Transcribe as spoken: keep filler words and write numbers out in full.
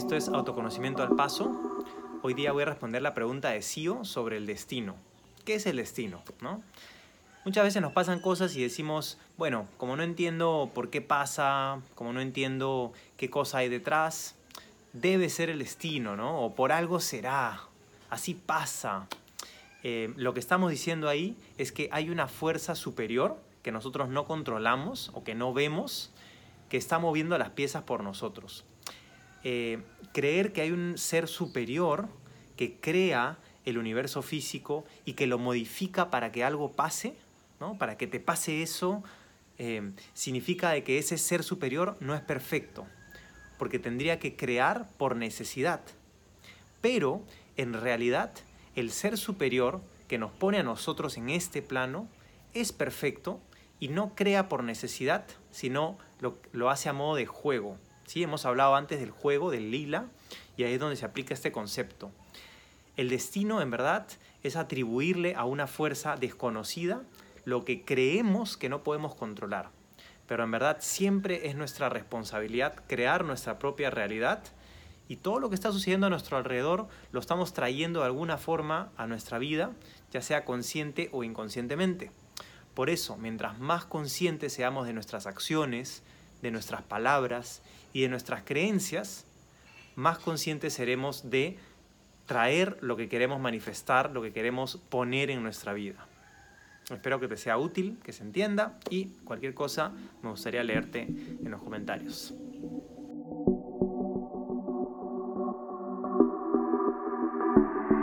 Esto es Autoconocimiento al Paso. Hoy día voy a responder la pregunta de Sio sobre el destino. ¿Qué es el destino? ¿No? Muchas veces nos pasan cosas y decimos, bueno, como no entiendo por qué pasa, como no entiendo qué cosa hay detrás, debe ser el destino, ¿no? O por algo será, así pasa. Eh, lo que estamos diciendo ahí es que hay una fuerza superior que nosotros no controlamos o que no vemos, que está moviendo las piezas por nosotros. Eh, creer que hay un ser superior que crea el universo físico y que lo modifica para que algo pase, ¿no? Para que te pase eso, eh, significa de que ese ser superior no es perfecto, porque tendría que crear por necesidad. Pero, en realidad, el ser superior que nos pone a nosotros en este plano es perfecto y no crea por necesidad, sino lo, lo hace a modo de juego. ¿Sí? Hemos hablado antes del juego, del lila, y ahí es donde se aplica este concepto. El destino, en verdad, es atribuirle a una fuerza desconocida lo que creemos que no podemos controlar. Pero en verdad siempre es nuestra responsabilidad crear nuestra propia realidad, y todo lo que está sucediendo a nuestro alrededor lo estamos trayendo de alguna forma a nuestra vida, ya sea consciente o inconscientemente. Por eso, mientras más conscientes seamos de nuestras acciones, de nuestras palabras y de nuestras creencias, más conscientes seremos de traer lo que queremos manifestar, lo que queremos poner en nuestra vida. Espero que te sea útil, que se entienda, y cualquier cosa me gustaría leerte en los comentarios.